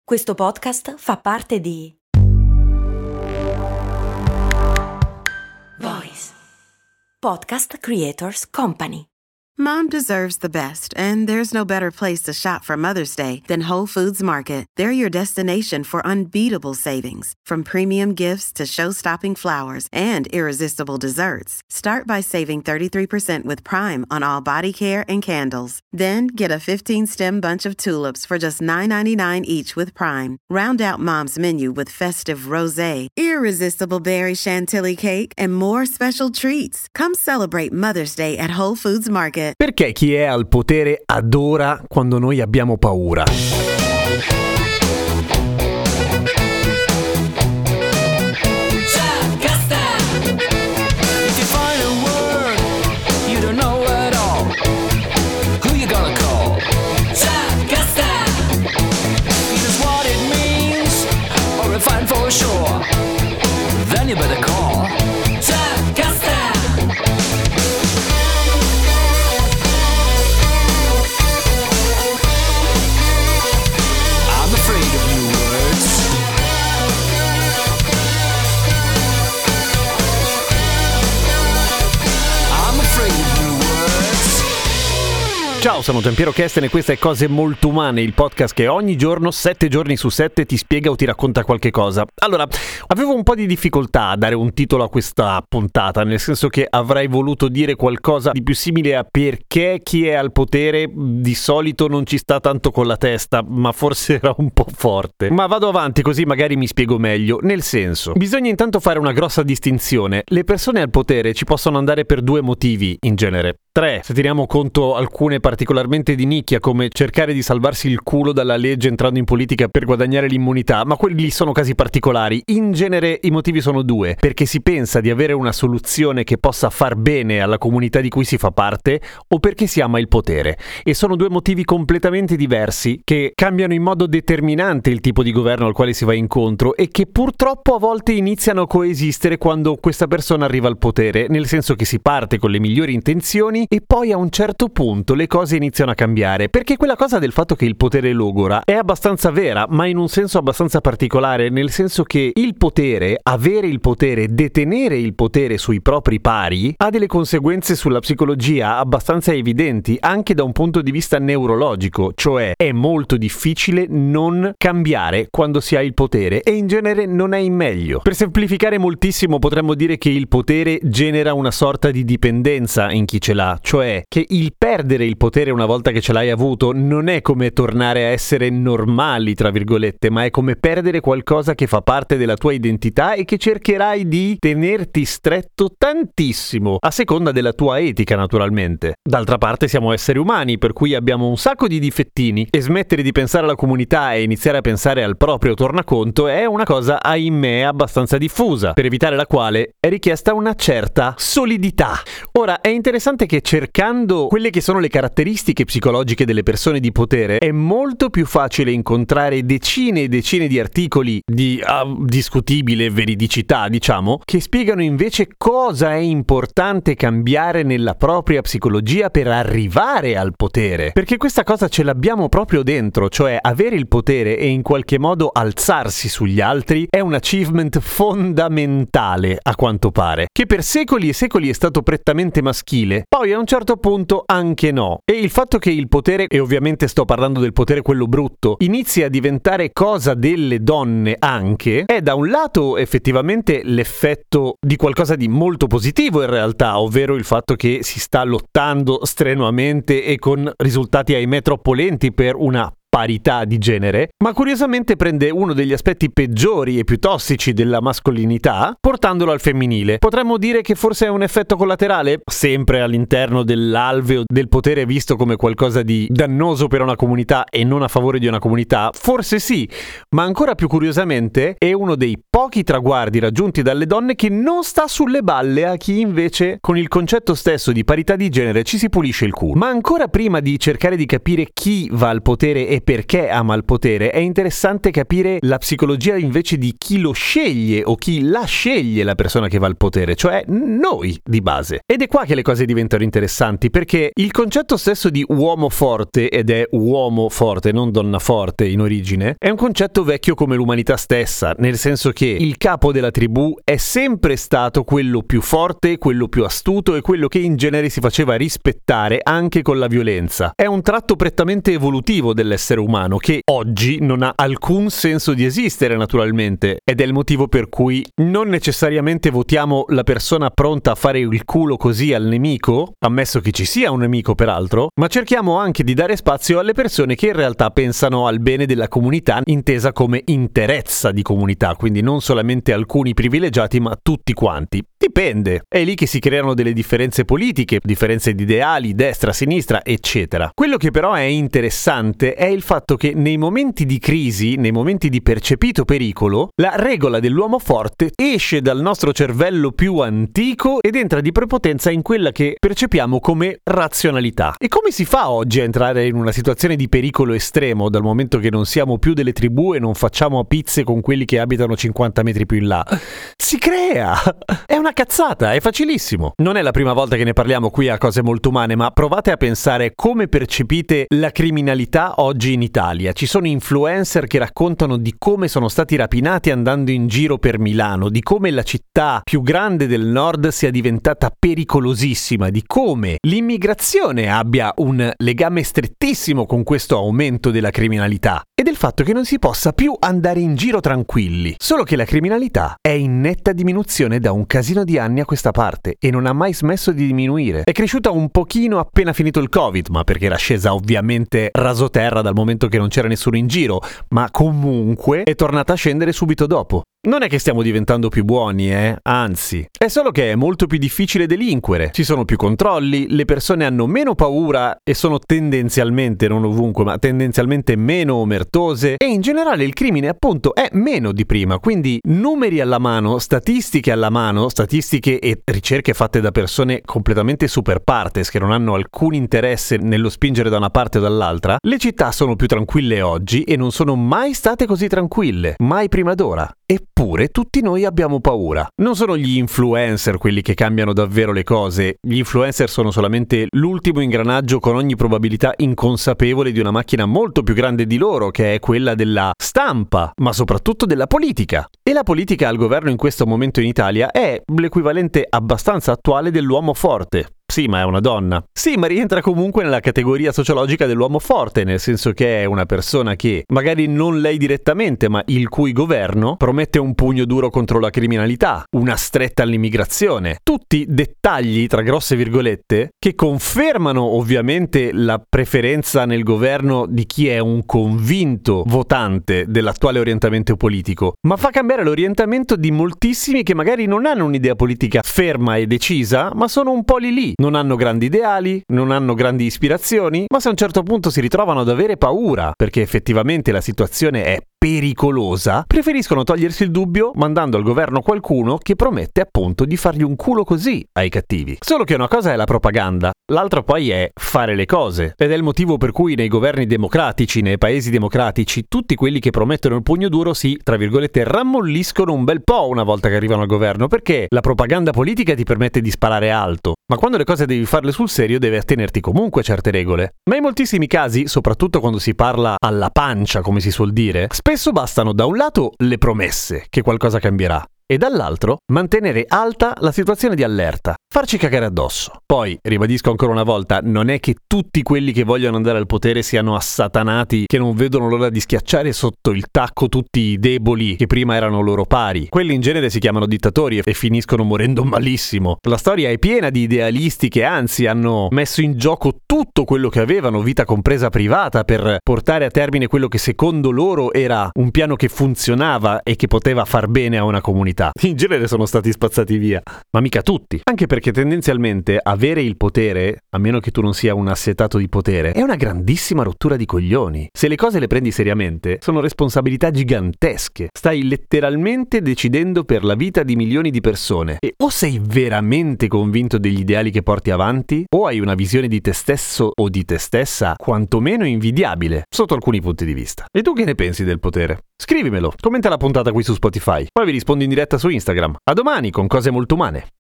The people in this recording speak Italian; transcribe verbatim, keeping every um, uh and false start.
Questo podcast fa parte di Voice Podcast Creators Company. Mom deserves the best, and there's no better place to shop for Mother's Day than Whole Foods Market. They're your destination for unbeatable savings, from premium gifts to show-stopping flowers and irresistible desserts. Start by saving thirty-three percent with Prime on all body care and candles. Then get a fifteen-stem bunch of tulips for just nine ninety-nine each with Prime. Round out Mom's menu with festive rosé, irresistible berry chantilly cake, and more special treats. Come celebrate Mother's Day at Whole Foods Market. Perché chi è al potere adora quando noi abbiamo paura? Ciao, sono Giampiero Kesten e questa è Cose Molto Umane, il podcast che ogni giorno, sette giorni su sette, ti spiega o ti racconta qualche cosa. Allora, avevo un po' di difficoltà a dare un titolo a questa puntata, nel senso che avrei voluto dire qualcosa di più simile a perché chi è al potere di solito non ci sta tanto con la testa, ma forse era un po' forte. Ma vado avanti così magari mi spiego meglio, nel senso, bisogna intanto fare una grossa distinzione. Le persone al potere ci possono andare per due motivi in genere. Tre, se teniamo conto alcune particolarmente di nicchia, come cercare di salvarsi il culo dalla legge entrando in politica per guadagnare l'immunità, ma quelli sono casi particolari. In genere i motivi sono due: perché si pensa di avere una soluzione che possa far bene alla comunità di cui si fa parte, o perché si ama il potere. E sono due motivi completamente diversi, che cambiano in modo determinante il tipo di governo al quale si va incontro e che purtroppo a volte iniziano a coesistere quando questa persona arriva al potere, nel senso che si parte con le migliori intenzioni e poi a un certo punto le cose iniziano a cambiare, perché quella cosa del fatto che il potere logora è abbastanza vera, ma in un senso abbastanza particolare, nel senso che il potere, avere il potere, detenere il potere sui propri pari, ha delle conseguenze sulla psicologia abbastanza evidenti, anche da un punto di vista neurologico, cioè è molto difficile non cambiare quando si ha il potere e in genere non è in meglio. Per semplificare moltissimo potremmo dire che il potere genera una sorta di dipendenza in chi ce l'ha, cioè che il perdere il potere una volta che ce l'hai avuto non è come tornare a essere normali, tra virgolette, ma è come perdere qualcosa che fa parte della tua identità e che cercherai di tenerti stretto tantissimo, a seconda della tua etica, naturalmente. D'altra parte siamo esseri umani, per cui abbiamo un sacco di difettini e smettere di pensare alla comunità e iniziare a pensare al proprio tornaconto è una cosa, ahimè, abbastanza diffusa, per evitare la quale è richiesta una certa solidità. Ora, è interessante che cercando quelle che sono le caratteristiche psicologiche delle persone di potere è molto più facile incontrare decine e decine di articoli di uh, discutibile veridicità, diciamo, che spiegano invece cosa è importante cambiare nella propria psicologia per arrivare al potere, perché questa cosa ce l'abbiamo proprio dentro, cioè avere il potere e in qualche modo alzarsi sugli altri è un achievement fondamentale, a quanto pare, che per secoli e secoli è stato prettamente maschile, poi a un certo punto anche no. E il fatto che il potere, e ovviamente sto parlando del potere quello brutto, inizi a diventare cosa delle donne anche, è da un lato effettivamente l'effetto di qualcosa di molto positivo in realtà, ovvero il fatto che si sta lottando strenuamente e con risultati ahimè troppo lenti per una parità di genere, ma curiosamente prende uno degli aspetti peggiori e più tossici della mascolinità portandolo al femminile. Potremmo dire che forse è un effetto collaterale, sempre all'interno dell'alveo del potere visto come qualcosa di dannoso per una comunità e non a favore di una comunità? Forse sì, ma ancora più curiosamente è uno dei pochi traguardi raggiunti dalle donne che non sta sulle balle a chi invece con il concetto stesso di parità di genere ci si pulisce il culo. Ma ancora prima di cercare di capire chi va al potere e perché ama il potere, è interessante capire la psicologia invece di chi lo sceglie o chi la sceglie la persona che va al potere, cioè noi di base. Ed è qua che le cose diventano interessanti, perché il concetto stesso di uomo forte, ed è uomo forte, non donna forte in origine, è un concetto vecchio come l'umanità stessa, nel senso che il capo della tribù è sempre stato quello più forte, quello più astuto e quello che in genere si faceva rispettare anche con la violenza. È un tratto prettamente evolutivo dell'essere umano che oggi non ha alcun senso di esistere naturalmente, ed è il motivo per cui non necessariamente votiamo la persona pronta a fare il culo così al nemico, ammesso che ci sia un nemico peraltro, ma cerchiamo anche di dare spazio alle persone che in realtà pensano al bene della comunità intesa come interezza di comunità, quindi non solamente alcuni privilegiati ma tutti quanti. Dipende, è lì che si creano delle differenze politiche, differenze di ideali, destra, sinistra, eccetera. Quello che però è interessante è il fatto che nei momenti di crisi, nei momenti di percepito pericolo, la regola dell'uomo forte esce dal nostro cervello più antico ed entra di prepotenza in quella che percepiamo come razionalità. E come si fa oggi a entrare in una situazione di pericolo estremo dal momento che non siamo più delle tribù e non facciamo a pizze con quelli che abitano cinquanta metri più in là? Si crea! È una cazzata, è facilissimo. Non è la prima volta che ne parliamo qui a Cose Molto Umane, ma provate a pensare come percepite la criminalità oggi in Italia. Ci sono influencer che raccontano di come sono stati rapinati andando in giro per Milano, di come la città più grande del nord sia diventata pericolosissima, di come l'immigrazione abbia un legame strettissimo con questo aumento della criminalità e del fatto che non si possa più andare in giro tranquilli. Solo che la criminalità è in netta diminuzione da un casino di anni a questa parte e non ha mai smesso di diminuire. È cresciuta un pochino appena finito il Covid, ma perché era scesa ovviamente rasoterra dal momento che non c'era nessuno in giro, ma comunque è tornata a scendere subito dopo. Non è che stiamo diventando più buoni, eh? Anzi, è solo che è molto più difficile delinquere. Ci sono più controlli, le persone hanno meno paura e sono tendenzialmente, non ovunque, ma tendenzialmente meno omertose e in generale il crimine appunto è meno di prima. Quindi numeri alla mano, statistiche alla mano, statistiche e ricerche fatte da persone completamente super partes che non hanno alcun interesse nello spingere da una parte o dall'altra. Le città sono più tranquille oggi e non sono mai state così tranquille, mai prima d'ora. Eppure tutti noi abbiamo paura. Non sono gli influencer quelli che cambiano davvero le cose. Gli influencer sono solamente l'ultimo ingranaggio con ogni probabilità inconsapevole di una macchina molto più grande di loro, che è quella della stampa, ma soprattutto della politica. E la politica al governo in questo momento in Italia è l'equivalente abbastanza attuale dell'uomo forte. Sì, ma è una donna. Sì, ma rientra comunque nella categoria sociologica dell'uomo forte, nel senso che è una persona che, magari non lei direttamente, ma il cui governo, promette un pugno duro contro la criminalità, una stretta all'immigrazione. Tutti dettagli, tra grosse virgolette, che confermano ovviamente la preferenza nel governo di chi è un convinto votante dell'attuale orientamento politico, ma fa cambiare l'orientamento di moltissimi che magari non hanno un'idea politica ferma e decisa, ma sono un po' lì lì. Non hanno grandi ideali, non hanno grandi ispirazioni, ma se a un certo punto si ritrovano ad avere paura, perché effettivamente la situazione è pericolosa, preferiscono togliersi il dubbio mandando al governo qualcuno che promette appunto di fargli un culo così ai cattivi. Solo che una cosa è la propaganda, l'altra poi è fare le cose. Ed è il motivo per cui nei governi democratici, nei paesi democratici, tutti quelli che promettono il pugno duro si, tra virgolette, rammolliscono un bel po' una volta che arrivano al governo, perché la propaganda politica ti permette di sparare alto, ma quando le cose devi farle sul serio devi attenerti comunque a certe regole. Ma in moltissimi casi, soprattutto quando si parla alla pancia, come si suol dire, spesso bastano da un lato le promesse che qualcosa cambierà e dall'altro mantenere alta la situazione di allerta, farci cagare addosso. Poi, ribadisco ancora una volta, non è che tutti quelli che vogliono andare al potere siano assatanati che non vedono l'ora di schiacciare sotto il tacco tutti i deboli che prima erano loro pari. Quelli in genere si chiamano dittatori e finiscono morendo malissimo. La storia è piena di idealisti che anzi hanno messo in gioco tutto quello che avevano, vita compresa privata, per portare a termine quello che secondo loro era un piano che funzionava e che poteva far bene a una comunità. verità. In genere sono stati spazzati via, ma mica tutti. Anche perché tendenzialmente avere il potere, a meno che tu non sia un assetato di potere, è una grandissima rottura di coglioni. Se le cose le prendi seriamente, sono responsabilità gigantesche. Stai letteralmente decidendo per la vita di milioni di persone. E o sei veramente convinto degli ideali che porti avanti, o hai una visione di te stesso o di te stessa quantomeno invidiabile, sotto alcuni punti di vista. E tu che ne pensi del potere? Scrivimelo, commenta la puntata qui su Spotify, poi vi rispondo in diretta su Instagram. A domani con cose molto umane.